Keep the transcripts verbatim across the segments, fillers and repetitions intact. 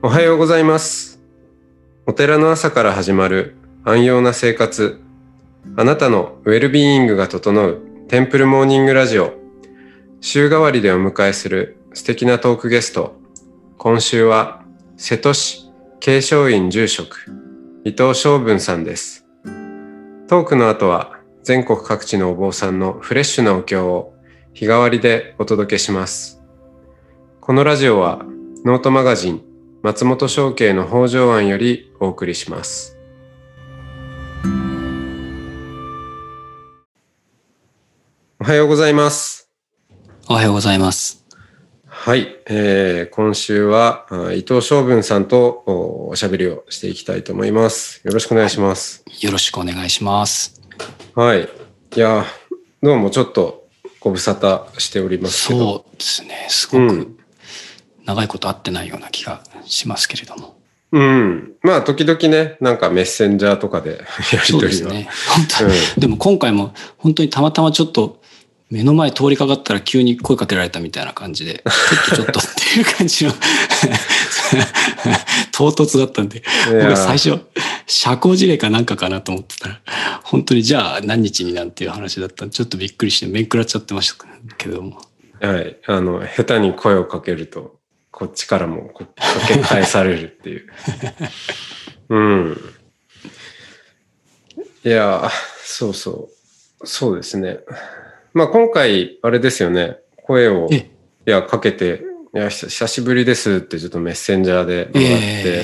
おはようございます。お寺の朝から始まる安養な生活、あなたのウェルビーイングが整うテンプルモーニングラジオ。週替わりでお迎えする素敵なトークゲスト。今週は瀬戸市慶祥院住職伊藤昌文さんです。トークの後は全国各地のお坊さんのフレッシュなお経を日替わりでお届けします。このラジオはノートマガジン松本商家の北条庵よりお送りします。おはようございます。 おはようございます。 はい、えー、今週は伊藤昌文さんとおしゃべりをしていきたいと思います。よろしくお願いします。 はい、よろしくお願いします。 はい、いやどうもちょっとご無沙汰しておりますけど。 そうですね、すごく長いこと会ってないような気がしますけれども。 うん、まあ時々ね、なんかメッセンジャーとかでやり取りは。 そうですね。本当に、うん、でも今回も本当にたまたまちょっと目の前通りかかったら急に声かけられたみたいな感じで、ちょっとちょっとっていう感じの唐突だったんで、僕最初社交辞令かなんかかなと思ってたら、本当にじゃあ何日になんていう話だったんで、ちょっとびっくりして面食らっちゃってましたけども。 はい、あの下手に声をかけるとこっちからもかけ返されるっていう。うん。いや、そうそう。そうですね。まあ今回、あれですよね。声を、いや、かけて、いや、久しぶりですってちょっとメッセンジャーでもらって、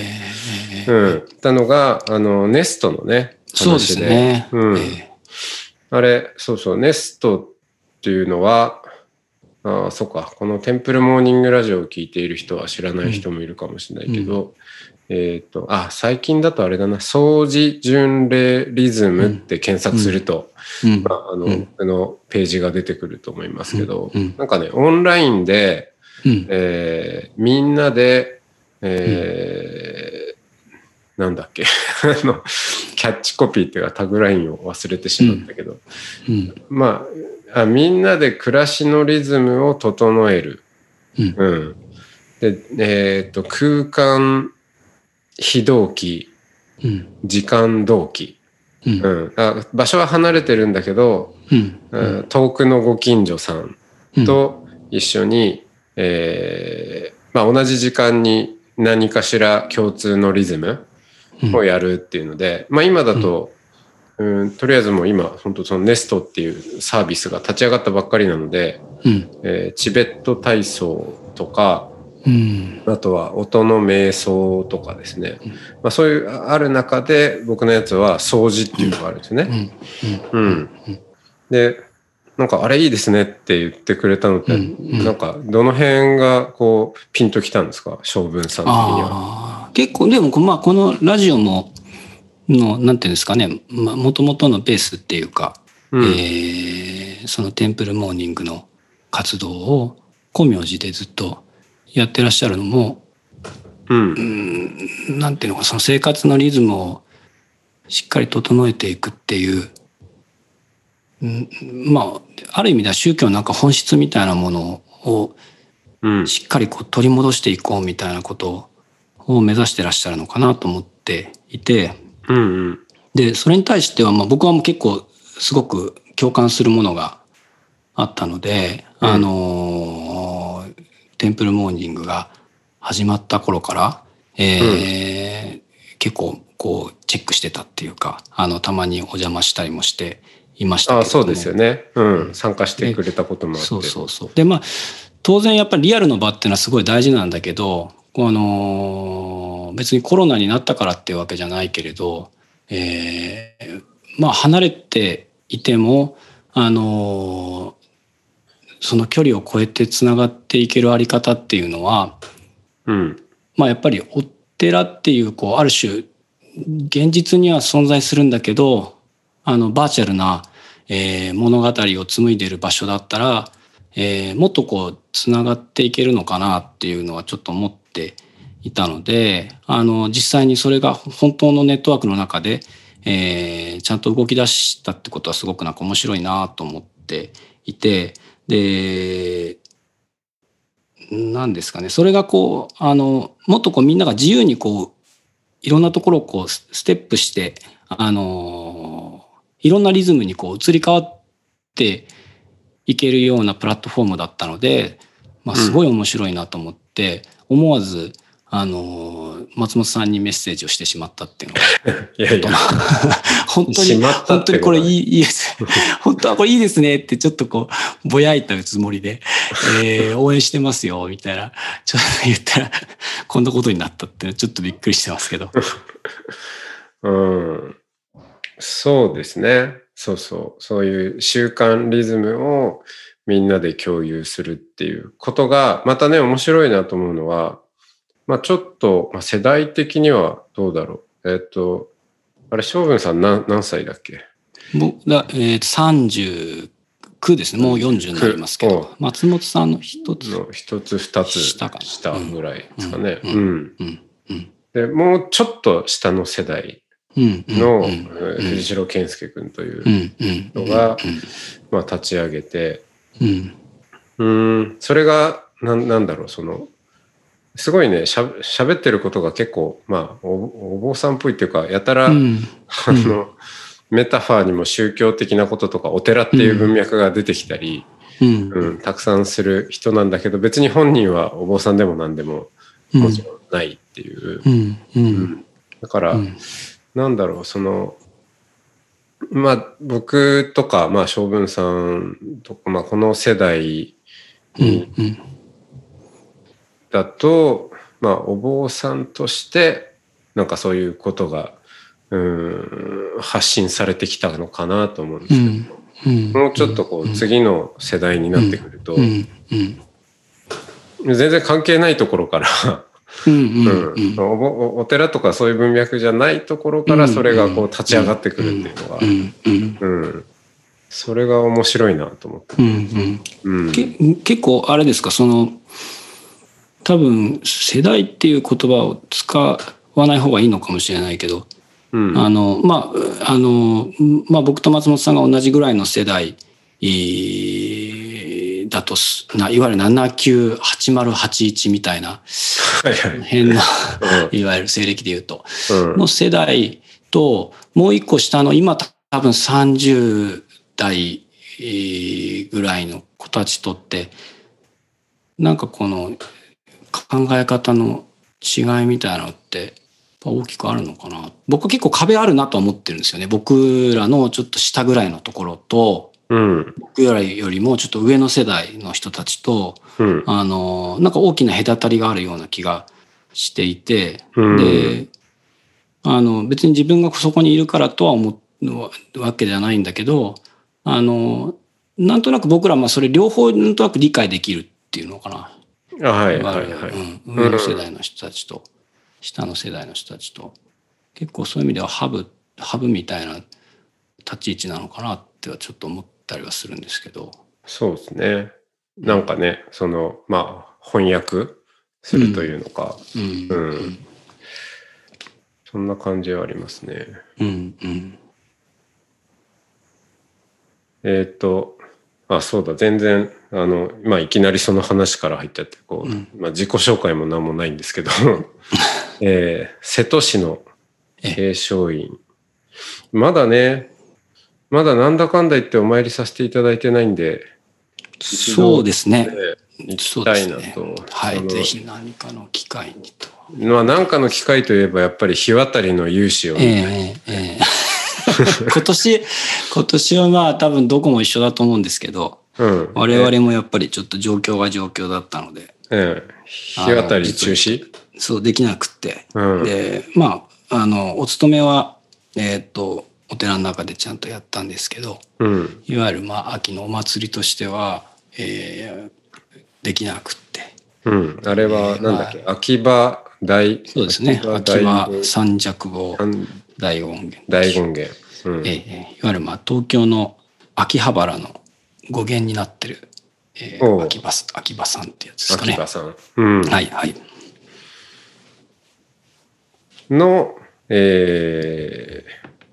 えー、うん。たのが、あの、ネストのね、話で。 そうですね。 うん。えー、あれ、そうそう、ネストっていうのは、ああ、そうか。このテンプルモーニングラジオを聞いている人は知らない人もいるかもしれないけど、うん、えっと、あ、最近だとあれだな、掃除巡礼リズムって検索すると、うんうんまあ、あの、うん、あのページが出てくると思いますけど、うんうん、なんかね、オンラインで、うんえー、みんなで、えーうん、なんだっけ、あの、キャッチコピーっていうかタグラインを忘れてしまったけど、うんうん、まあ、あみんなで暮らしのリズムを整える。うんうん、で、えっと、空間非同期、うん、時間同期、うんうん、あ。場所は離れてるんだけど、うんうん、遠くのご近所さんと一緒に、うんえーまあ、同じ時間に何かしら共通のリズムをやるっていうので、まあ、今だと、うんうん、とりあえずもう今本当そのネストっていうサービスが立ち上がったばっかりなので、うんえー、チベット体操とか、うん、あとは音の瞑想とかですね、うんまあ、そういうある中で僕のやつは掃除っていうのがあるんですね、うんうんうん、でなんかあれいいですねって言ってくれたのって、うんうん、なんかどの辺がこうピンときたんですか、昌文さん的には。 あ結構でも、まあ、このラジオものなんていうんですかね、まあ、元々のベースっていうか、うんえー、そのテンプルモーニングの活動を光明寺でずっとやってらっしゃるのも、うん、うんなんていうのかその生活のリズムをしっかり整えていくっていう、うん、まあある意味では宗教のなんか本質みたいなものをしっかりこう取り戻していこうみたいなことを目指してらっしゃるのかなと思っていて。うんうん、でそれに対しては、まあ、僕はもう結構すごく共感するものがあったので、うん、あのテンプルモーニングが始まった頃から、えーうん、結構こうチェックしてたっていうかあのたまにお邪魔したりもしていましたけれども。 あ、そうですよね、うん、参加してくれたこともあって。 そうそうそう。でまあ当然やっぱりリアルの場っていうのはすごい大事なんだけど、あの別にコロナになったからっていうわけじゃないけれど、えー、まあ離れていても、あのその距離を超えてつながっていけるあり方っていうのは、うん、まあやっぱりお寺っていうこうある種現実には存在するんだけど、あのバーチャルな、えー、物語を紡いでいる場所だったら、えー、もっとこうつながっていけるのかなっていうのはちょっと思っていたので、あの実際にそれが本当のネットワークの中で、えー、ちゃんと動き出したってことはすごくなんか面白いなと思っていて、でなんですかね、それがこうあのもっとこうみんなが自由にこういろんなところをこうステップしてあのいろんなリズムにこう移り変わっていけるようなプラットフォームだったので、まあ、すごい面白いなと思って、うん、思わずあの松本さんにメッセージをしてしまったっていうのがいやいや本当に本当にこれいいいいです本当はこれいいですねってちょっとこうぼやいたつもりで、えー、応援してますよみたいなちょっと言ったらこんなことになったってちょっとびっくりしてますけどうんそうですねそうそうそういう習慣リズムをみんなで共有するっていうことがまたね面白いなと思うのはまあちょっと、まあ、世代的にはどうだろうえっとあれ将軍さん何何歳だっけ僕だ、えー、さんじゅうきゅうですねもうよんじゅうになりますけど松本さんの一つの一つ二つ下かな下ぐらいですかねうんうんうんうん、 でもうちょっと下の世代の藤代健介君というのがまあ立ち上げてうんそれがな、なんだろうそのすごいねしゃ喋ってることが結構まあ お, お坊さんっぽいっていうかやたら、うん、あのメタファーにも宗教的なこととかお寺っていう文脈が出てきたり、うんうん、たくさんする人なんだけど別に本人はお坊さんでも何でももちろんないっていう、うんうん、だから、うん、なんだろうそのまあ僕とか、まあ、将軍さんとか、まあ、この世代に、うんうんだと、まあ、お坊さんとしてなんかそういうことがうーん発信されてきたのかなと思うんですけど、うんうん、もうちょっとこう、うん、次の世代になってくると、うんうん、全然関係ないところからお, お寺とかそういう文脈じゃないところからそれがこう立ち上がってくるっていうのが、うんうん、それが面白いなと思って、うんうんうん、け結構あれですかその多分世代っていう言葉を使わない方がいいのかもしれないけど、うん、あのまああのまあ僕と松本さんが同じぐらいの世代だとないわゆるななきゅうはちまるはちいちみたいな変な、うん、いわゆる西暦でいうと、うん、の世代ともう一個下の今多分さんじゅう代ぐらいの子たちとってなんかこの考え方の違いみたいなのって大きくあるのかな。僕は結構壁あるなと思ってるんですよね。僕らのちょっと下ぐらいのところと、うん、僕らよりもちょっと上の世代の人たちと、うん、あのなんか大きな隔たりがあるような気がしていて、うん、であの別に自分がそこにいるからとは思うわけではないんだけど、あのなんとなく僕らはそれ両方なんとなく理解できるっていうのかな。 はいはいはい、 うん、上の世代の人たちと、うん、下の世代の人たちと結構そういう意味ではハブハブみたいな立ち位置なのかなってはちょっと思ったりはするんですけど。 そうですね。なんかね、うん、そのまあ翻訳するというのか、うんうんうん、そんな感じはありますね。うんうん、えっとあそうだ全然あの、まあ、いきなりその話から入っちゃってこう、うんまあ、自己紹介も何もないんですけど、えー、瀬戸市の慶祥院まだねまだなんだかんだ言ってお参りさせていただいてないんでそうですね行きたいなと、 ね、はいぜひ何かの機会にとまあ何かの機会といえばやっぱり日渡りの勇姿を見たい、えーえー今年今年はまあ多分どこも一緒だと思うんですけど、うん、我々もやっぱりちょっと状況が状況だったので、 ええ、日渡り中止そうできなくって、うん、でまああのお勤めはえっとお寺の中でちゃんとやったんですけど、うん、いわゆるまあ秋のお祭りとしては、えー、できなくって、 うん、あれはなんだっけ、えーまあ、秋葉大そうですね秋葉三尺棒大権現大権現、 うんえー、いわゆるまあ東京の秋葉原の語源になってる、えー、秋葉秋葉さんってやつですかね。 秋葉さん、うん、 はいはいの、えー、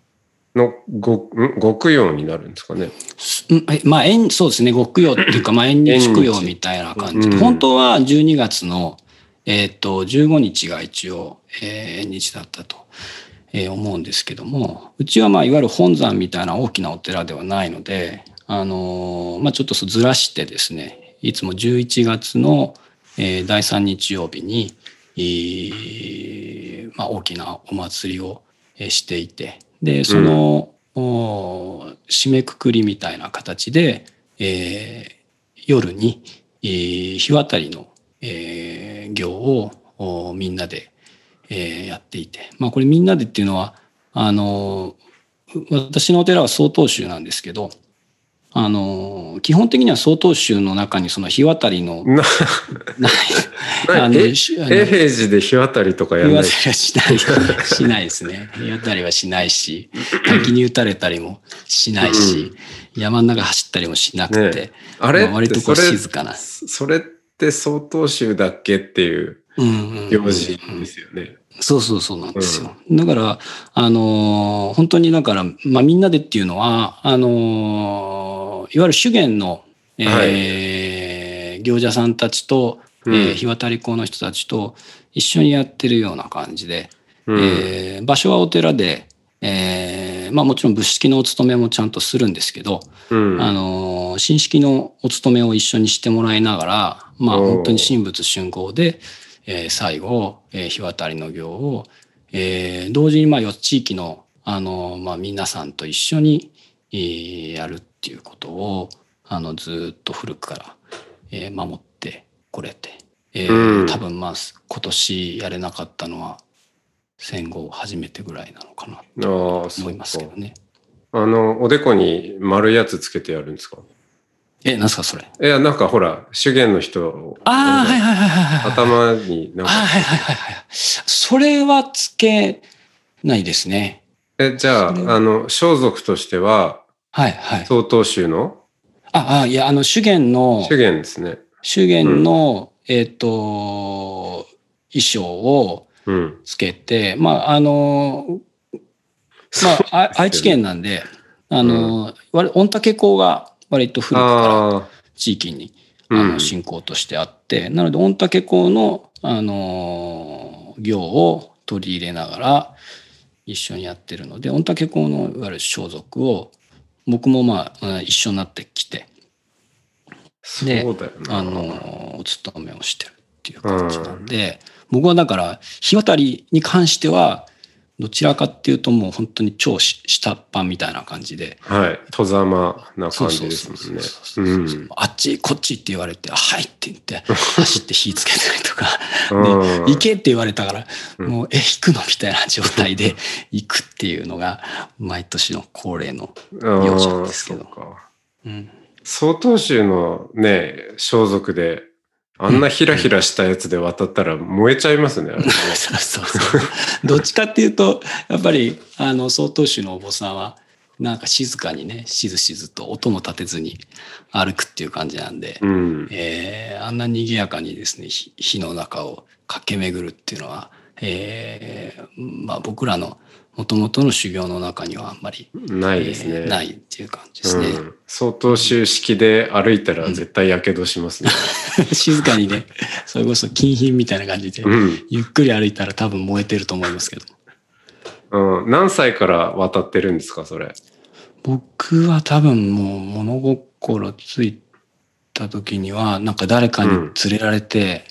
のご、極陽になるんですかね。 まあ、縁、そうですね。極陽っていうか、まあ、縁日供養みたいな感じで、うん、本当はじゅうにがつの、えっと、じゅうごにちが一応、えー、縁日だったと、えー、思うんですけども、うちはまあ、いわゆる本山みたいな大きなお寺ではないので、あのー、まあ、ちょっとずらしてですね、いつもじゅういちがつの、えー、だいさん日曜日に、えーまあ、大きなお祭りをしていて、でその、うん、締めくくりみたいな形で、えー、夜に、えー、日渡りの、えー、行をみんなで、えー、やっていて、まあ、これみんなでっていうのはあの私のお寺は曹洞宗なんですけど、あの基本的には曹洞宗の中にその日渡りのなないあの永平寺で日渡りとかやらない。 日渡りはしないしないですね。日渡りはしないし、滝に打たれたりもしないし、うん、山の中走ったりもしなくて、ね、 あれ、 まあ、割とこう静かな。 それって曹洞宗だっけっていう行事ですよね。うんうんうんうん、 そうそうそうなんですよ。うん、だからあのー、本当にだからまあみんなでっていうのはあのー、いわゆる修験の、えーはい、行者さんたちと、うんえー、日渡り講の人たちと一緒にやってるような感じで、うんえー、場所はお寺で、えーまあ、もちろん仏式のお勤めもちゃんとするんですけど、うんあのー、神式のお勤めを一緒にしてもらいながら、まあ、本当に神仏瞬合でえー、最後、えー、日渡りの行を、えー、同時にまあ地域の、あのまあ、皆さんと一緒に、えー、やるっていうことをあのずっと古くから、えー、守ってこれて、えーうん、多分まあ今年やれなかったのは戦後初めてぐらいなのかなと思いますけどね。 あのおでこに丸いやつつけてやるんですか？ え、なんすかそれ？ いや、なんかほら、修験の人。 ああ、はいはいはいはい。 頭になんか。 はいはいはいはい。それはつけないですね。 え、じゃあ、あの、装束としては、 はいはい。 曹洞宗の？ ああ、いや、あの、修験の。 修験ですね。 修験の、うん、えっと、衣装をつけて、うん、まあ、あの、まあ、ね、愛知県なんで、あの、うん、御嶽港が割と古くから地域にあの信仰としてあって、うん、なので御嶽港のあの行を取り入れながら一緒にやってるので、御嶽港のいわゆる装束を僕もまあ一緒になってきて、 で、そうだよな、 あのお勤めをしてるっていう感じなんで、うん、僕はだから日渡りに関してはどちらかっていうともう本当に超下っ端みたいな感じで、 はい、戸ざまな感じですもんね。 あっちこっちって言われて「はい」って言って走って火つけたりとかで「行け」って言われたからもう「え引くの?」みたいな状態で行くっていうのが毎年の恒例の行事なんですけど。 曹洞宗のね装束であんなヒラヒラしたやつで渡ったら燃えちゃいますね。あれねそうそうそう。どっちかっていうとやっぱりあの曹洞宗のお坊さんはなんか静かにねしずしずと音も立てずに歩くっていう感じなんで、うんえー、あんな賑やかにですね火の中を駆け巡るっていうのは、えーまあ、僕らのもともとの修行の中にはあんまりないですね、 えー、ないっていう感じですね。うん、 曹洞宗式で歩いたら絶対やけどしますね。 うん、静かにね、それこそ金品みたいな感じで、うん、ゆっくり歩いたら多分燃えてると思いますけど。 うん、何歳から渡ってるんですかそれ？ 僕は多分もう物心ついた時にはなんか誰かに連れられて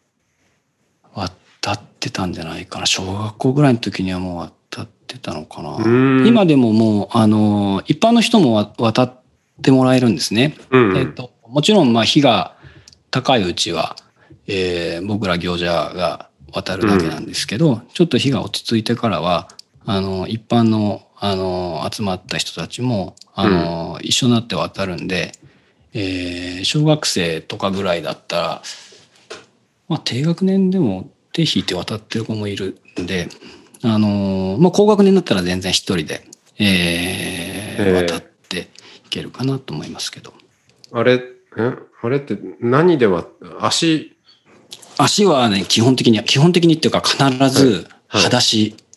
渡ってたんじゃないかな。小学校ぐらいの時にはもう渡ってたのかな。今でももうあの一般の人も渡ってもらえるんですね。うんえーと、もちろんまあ日が高いうちは、えー、僕ら行者が渡るだけなんですけど、うん、ちょっと日が落ち着いてからはあの一般のあの集まった人たちもあの、うん、一緒になって渡るんで、えー、小学生とかぐらいだったら、まあ、低学年でも手引いて渡ってる子もいるんで、あのまあ、高学年だったら全然一人で、えーえー、渡っていけるかなと思いますけど。 あれえあれって何では足足はね基本的に基本的にっていうか必ず裸足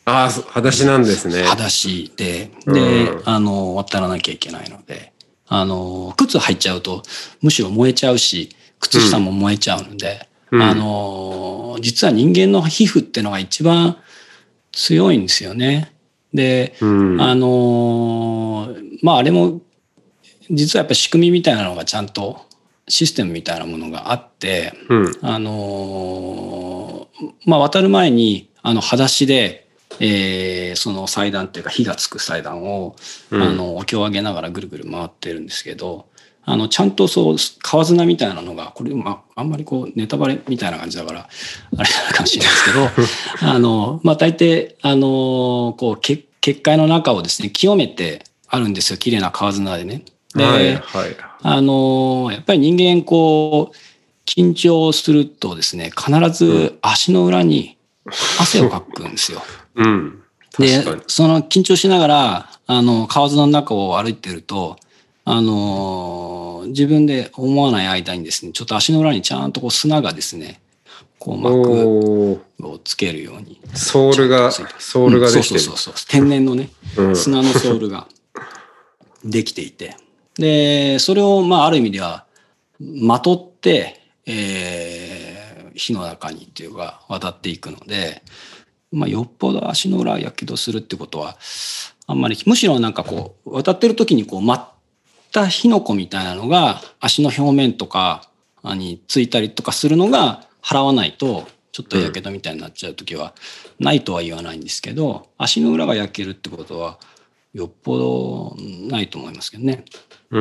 ああ、裸足なんですね。 裸足で、で、うん、あの、渡らなきゃいけないので、あの、靴履いちゃうと、むしろ燃えちゃうし、靴下も燃えちゃうので、うん、あの、実は人間の皮膚っていうのが一番強いんですよね。で、うん、あの、まあ、あれも、実はやっぱり仕組みみたいなのがちゃんとシステムみたいなものがあって、うん、あのまあ渡る前にあの裸足で、えー、その祭壇っていうか火がつく祭壇を、うん、あのお経をあげながらぐるぐる回ってるんですけど、あのちゃんとそう川綱みたいなのがこれ、まあ、あんまりこうネタバレみたいな感じだからあれなのかもしれないですけどあの、まあ、大抵あのこう結界の中をですね清めてあるんですよ、綺麗な川綱でね。で、はいはい、あのやっぱり人間こう緊張するとですね必ず足の裏に汗をかくんですよ。うん、でその緊張しながらあの川綱の中を歩いてるとあの自分で思わない間にですねちょっと足の裏にちゃんとこう砂がですねこう膜をつけるようにソールがソールができてる、 うん、そうそうそうそう天然のね、うん、砂のソールができていて。でそれをまあある意味ではまとって、えー、火の中にっていうか渡っていくので、まあ、よっぽど足の裏やけどするってことはあんまり、むしろなんかこう渡ってる時にこう舞った火の粉みたいなのが足の表面とかについたりとかするのが払わないとちょっとやけどみたいになっちゃう時はないとは言わないんですけど、足の裏が焼けるってことはよっぽどないと思いますけどね。 うん、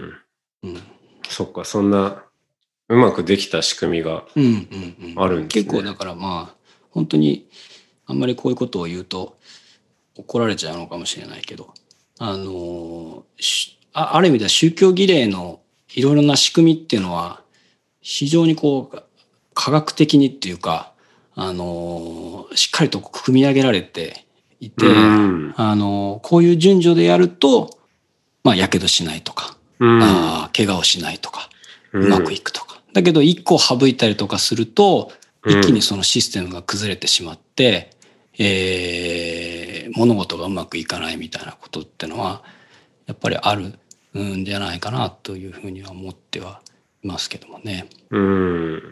うん、そっか、そんなうまくできた仕組みがあるんですね。うんうんうん、 結構だからまあ本当にあんまりこういうことを言うと怒られちゃうのかもしれないけど、あのあある意味では宗教儀礼のいろいろな仕組みっていうのは非常にこう科学的にっていうか、あのしっかりと組み上げられていて、うん、あのこういう順序でやるとまあやけどしないとか、うん、あ怪我をしないとか、うん、うまくいくとか。だけど一個省いたりとかすると一気にそのシステムが崩れてしまって、うん、えー、物事がうまくいかないみたいなことってのはやっぱりあるんじゃないかなというふうには思ってはいますけどもね。うん、うん、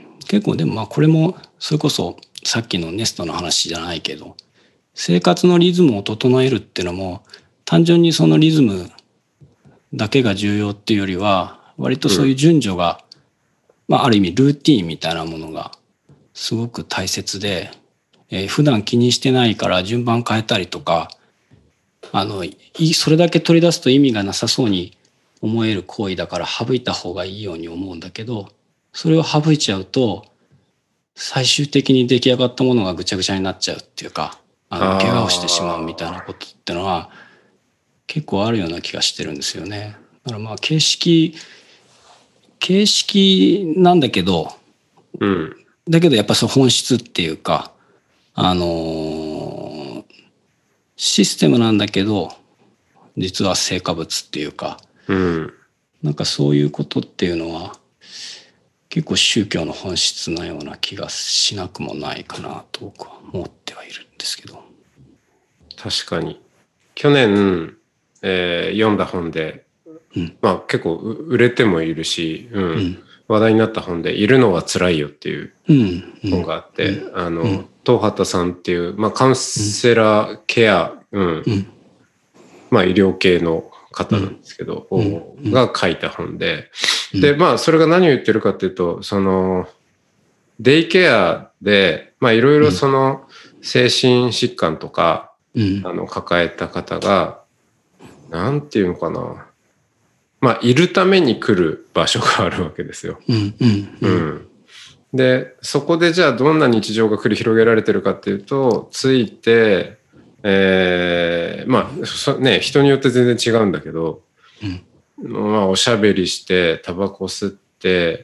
結構でもまあこれもそれこそさっきのネストの話じゃないけど、生活のリズムを整えるっていうのも単純にそのリズムだけが重要っていうよりは割とそういう順序が、うん、まあある意味ルーティーンみたいなものがすごく大切で、えー、普段気にしてないから順番変えたりとか、あのそれだけ取り出すと意味がなさそうに思える行為だから省いた方がいいように思うんだけど、それを省いちゃうと最終的に出来上がったものがぐちゃぐちゃになっちゃうっていうか、あの怪我をしてしまうみたいなことってのは結構あるような気がしてるんですよね。だからまあ形式形式なんだけど、うん、だけどやっぱその本質っていうか、あのー、システムなんだけど実は成果物っていうか、うん、なんかそういうことっていうのは結構宗教の本質なような気がしなくもないかなと僕は思ってはいるんですけど。 確かに去年、えー、読んだ本で、うん、まあ結構売れてもいるし、うんうん、話題になった本で「いるのはつらいよ」っていう本があって、うんうん、あの、うん、東畑さんっていう、まあ、カウンセラーケア、うんうん、まあ医療系の方なんですけど、うんうん、が書いた本で、でまあそれが何を言ってるかっていうと、そのデイケアでまあいろいろその精神疾患とか、うん、あの抱えた方がなんていうのかな、まあいるために来る場所があるわけですよ。うんうんうんうん、でそこでじゃあどんな日常が繰り広げられてるかっていうと、ついて、えー、まあね人によって全然違うんだけど、うん、まあおしゃべりしてタバコ吸って、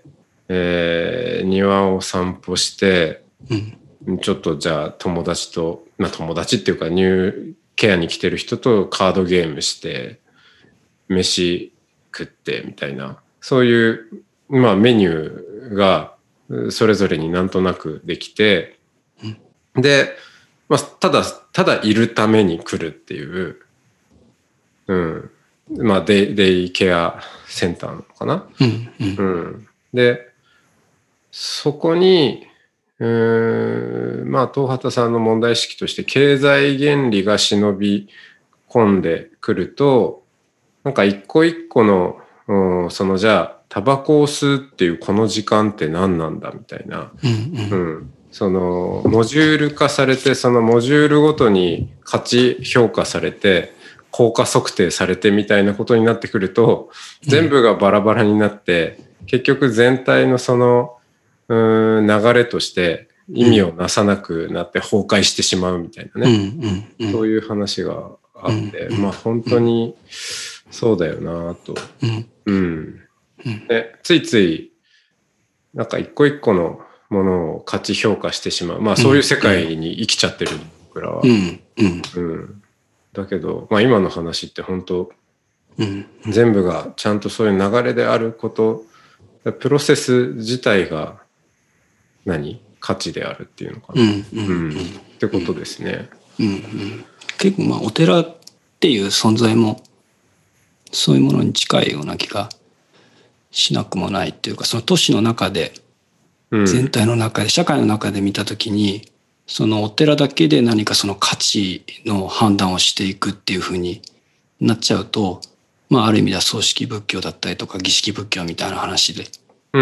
えー、庭を散歩して、うん、ちょっとじゃあ友達と、まあ友達っていうかニューケアに来てる人とカードゲームして飯食ってみたいな、そういう、まあ、メニューがそれぞれになんとなくできて、 で、まあ、ただ、ただいるために来るっていう、うん。まあ、デイ、デイケアセンターなのかな。 うんうんうん。で、そこに、うーん、まあ、東畑さんの問題意識として、経済原理が忍び込んでくると、なんか一個一個の、うん、そのじゃあ、タバコを吸うっていうこの時間って何なんだみたいな。 うんうんうん。その、モジュール化されて、そのモジュールごとに価値評価されて、効果測定されてみたいなことになってくると、全部がバラバラになって、結局全体のその、うーん、流れとして意味をなさなくなって崩壊してしまうみたいなうんうね。 んうんそういう話があうんって、 うんまあ本当にそうだよなと。 うんうん。で、ついつい、なんか一個一個のものを価値評価してしまう。まあそういう世界に生きちゃってる僕らは。 うんうんうん。だけど、まあ今の話って本当、 うん全部がちゃんとそういう流れであること、プロセス自体が何価値であるっていうのかな。 うんうんうん。ってことですね。 うんうん結構まあお寺っていう存在もそういうものに近いような気がしなくもないっていうか、その都市の中でうん。 全体の中で社会の中で見たときに、そのお寺だけで何かその価値の判断をしていくっていうふうになっちゃうと、まあある意味では葬式仏教だったりとか儀式仏教みたいな話で、 うん。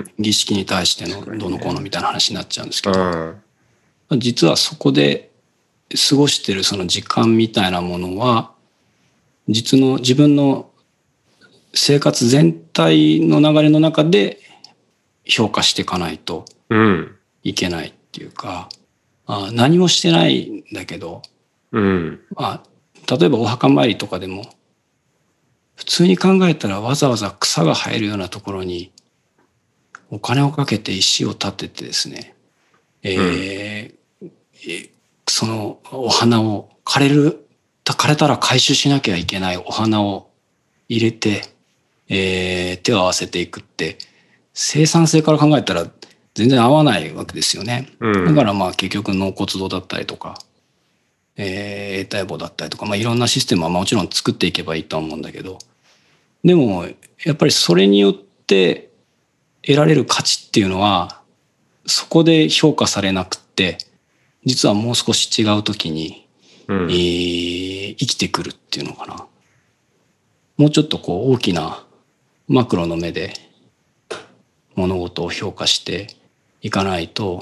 儀式に対してのどうのこうのみたいな話になっちゃうんですけど、 あ実はそこで過ごしてるその時間みたいなものは、実の自分の生活全体の流れの中で評価していかないとあ。うん。 いけないっていうか、あ何もしてないんだけど、 うん。 まあ、例えばお墓参りとかでも普通に考えたらわざわざ草が生えるようなところにお金をかけて石を立ててですね、えーえそのお花を枯れる枯れたら回収しなきゃいけないお花を入れて、えー手を合わせていくって生産性から考えたら全然合わないわけですよね。 うんだからまあ結局納骨堂だったりとか、えー、永代墓だったりとか、まあ、いろんなシステムはもちろん作っていけばいいと思うんだけど、でもやっぱりそれによって得られる価値っていうのはそこで評価されなくって実はもう少し違う時に、 うんえー生きてくるっていうのかな。もうちょっとこう大きなマクロの目で物事を評価していかないと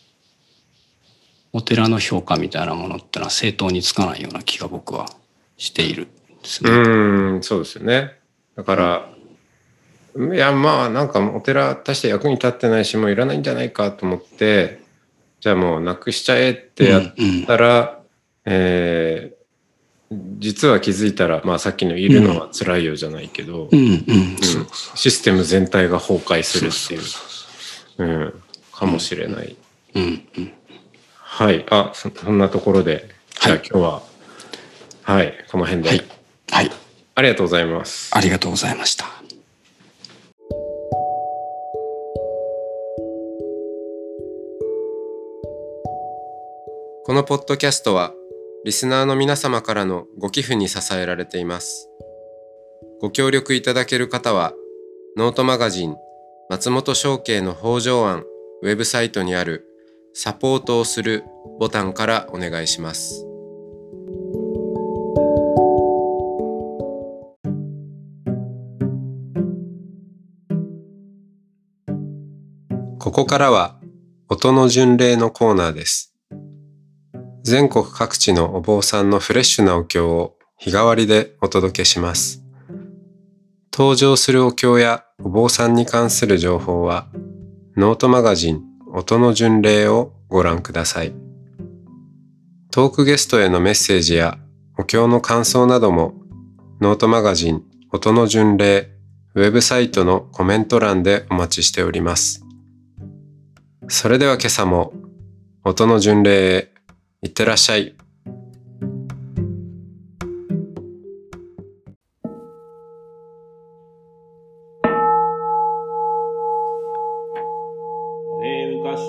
お寺の評価みたいなものってのは正当につかないような気が僕はしているんですね。 うん、そうですよね。だから、いや、まあ、なんかお寺大して役に立ってないし、もういらないんじゃないかと思って、じゃあもうなくしちゃえってやったら、えー実は気づいたら、まあさっきのいるのは辛いよじゃないけど、 うんうんうんうんシステム全体が崩壊するっていう、うん、かもしれない。 うんうんはい。あ、そ、そんなところで、じゃあはい今日は、はい、この辺で、 はいはいありがとうございます。 ありがとうございました。 このポッドキャストはリスナーの皆様からのご寄付に支えられています。ご協力いただける方はノートマガジン松本商家の北条案ウェブサイトにあるサポートをするボタンからお願いします。ここからは音の巡礼のコーナーです。全国各地のお坊さんのフレッシュなお経を日替わりでお届けします。登場するお経やお坊さんに関する情報はノートマガジン音の巡礼をご覧ください。トークゲストへのメッセージやお経の感想などもノートマガジン音の巡礼ウェブサイトのコメント欄でお待ちしております。それでは今朝も音の巡礼へいってらっしゃい。 昔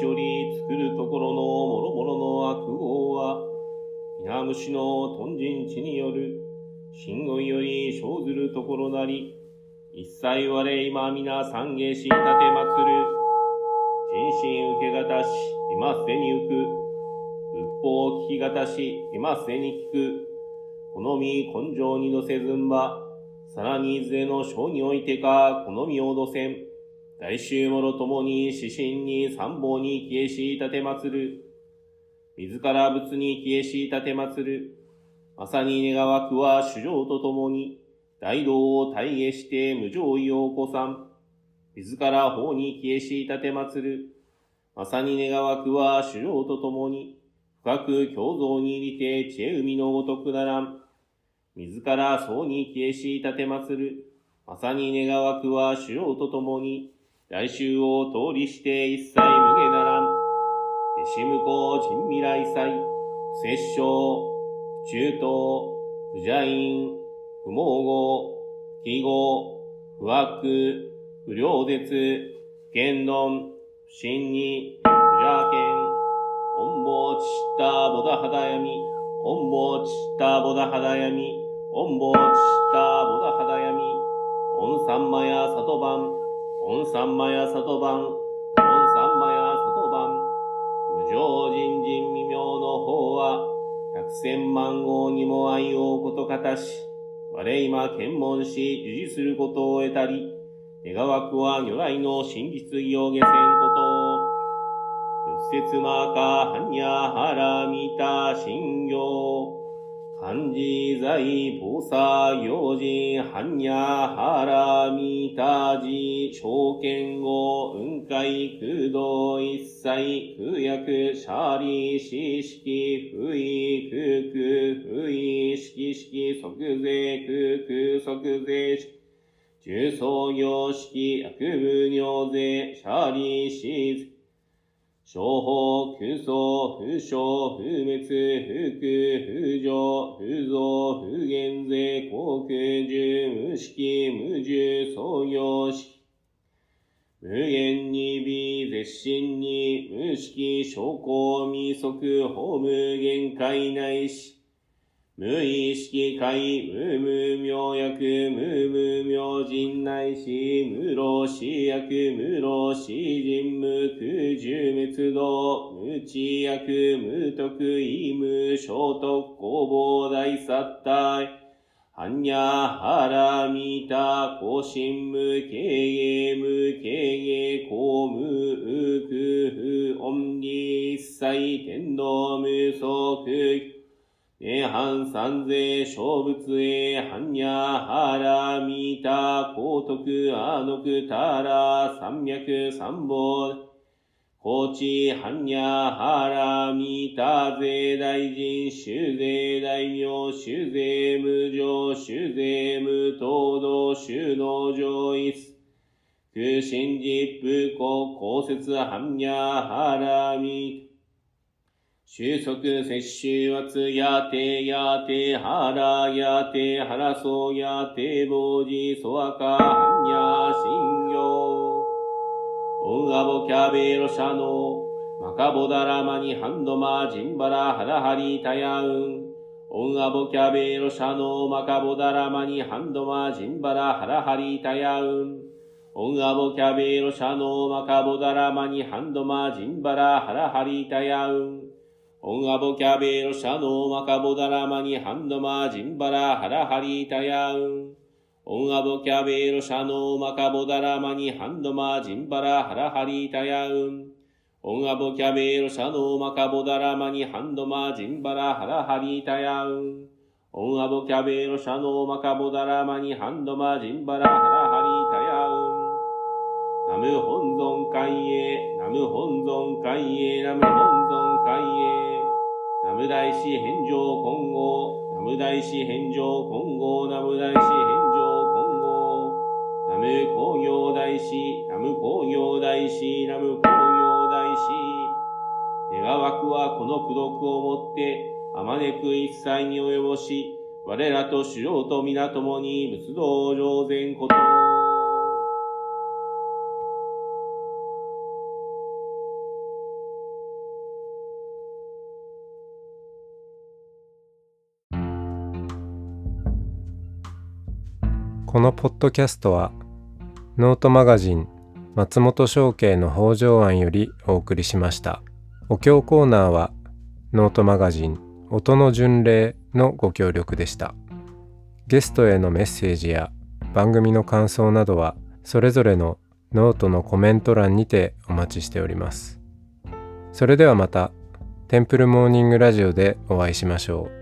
より作るところのもろもろの悪号は、稲虫の豚人地による、神言より生ずるところなり、一切我今皆参下し立てまつる。人心受けがたし、今せに浮く。仏法聞きがたし、今せに聞く。好み根性にどせずんば、さらにいずれの章においてか、好みをどせん。大衆もろともに、指針に参謀に消えし立てまつる。自ら仏に消えし立てまつる。まさに願わくは主情とともに、大道を体下して無常意を起こさん。自ら法に消えし立てまつる。まさに願わくは主情とともに、深く共造に入りて知恵海のごとくならん。自ら僧に消えし立てまつる。まさに願わくは主情とともに、来週を通りして一切無下ならん。弟子向こう人未来祭、不摂生、不中等、不邪因、不毛語、不記号、不悪、不良絶、不言論、不信に、不邪見、恩坊ちしたボダハダヤミ、恩坊ちしたボダハダヤミ、恩坊ちしたボダハダヤミ、恩三魔や里番、恩三魔や里番、恩三魔や里番、無常人人未明の方は、百千万号にも愛をことかたし、我今検問し、授受することを得たり、願わくは如来の真実意を下せんことを、仏説の赤、般若原見た信行、漢字在菩薩行事、般若原見た字、証券語、雲海空洞一切、空薬、シャリ、四式、不意、空空、不意、式式、即税、空空、即税、重創業式、悪無尿税、シャリ、シーズ、商法、空想、風商、風滅、風空、風上、風造、風減税、航空、重、無式、無重、創業式、無限に微、絶心に、無式、証拠、未足、法無限界内し、無意識界、無無明薬、無無明人内し、無老死薬、無老死人無空十滅道、無知薬、無徳意無聖徳公房大殺体、般若原見た、高心無経営無経営、公無空不音理一切天道無足、涅槃三世小仏へ、般若原見た、高徳阿徳たら、三脈三宝、高知般若原見た、税大臣、修税大名、修税無常、修税無東道、修道上一、空心実不公、公説般若原見た、収束、摂取、圧、やて、やて、はら、やて、はらそう、やて、ぼうじ、そわか、はんや、しんぎょう。おんあぼキャベロシャノ、まかぼだらまにはんどま、じんばら、はらはり、たやうん。おんあぼキャベロシャノ、まかぼだらまにはんどま、じんばら、はらはり、たやうん。おんあぼキャベロシャノ、まかぼだらまにはんどま、じんばら、はらはり、たやうん。オンアボキャベロシャノマカボダラマニハンドマジンバラハラハリタヤウン。オンアボキャベロシャノマカボダラマニハンドマジンバラハラハリタヤウン。オンアボキャベロシャノマカボダラマニハンドマジンバラハラハリタヤウン。オンアボキャベロシャノマカボダラマニハンドマジンバラハラハリタヤウン。ナム本尊海へ、ナム本尊海へ、ナム本尊海へ。ナム大師返上金剛、ナム大師返上金剛、ナム大師返上金剛。ナム工業大師、ナム工業大師、ナム工業大師。願わくはこの功徳をもって、あまねく一切に及ぼし、我らと主領と皆ともに仏道上善こと。 このポッドキャストはノートマガジン松本商家の北条庵よりお送りしました。お経コーナーはノートマガジン音の巡礼のご協力でした。ゲストへのメッセージや番組の感想などはそれぞれのノートのコメント欄にてお待ちしております。それではまたテンプルモーニングラジオでお会いしましょう。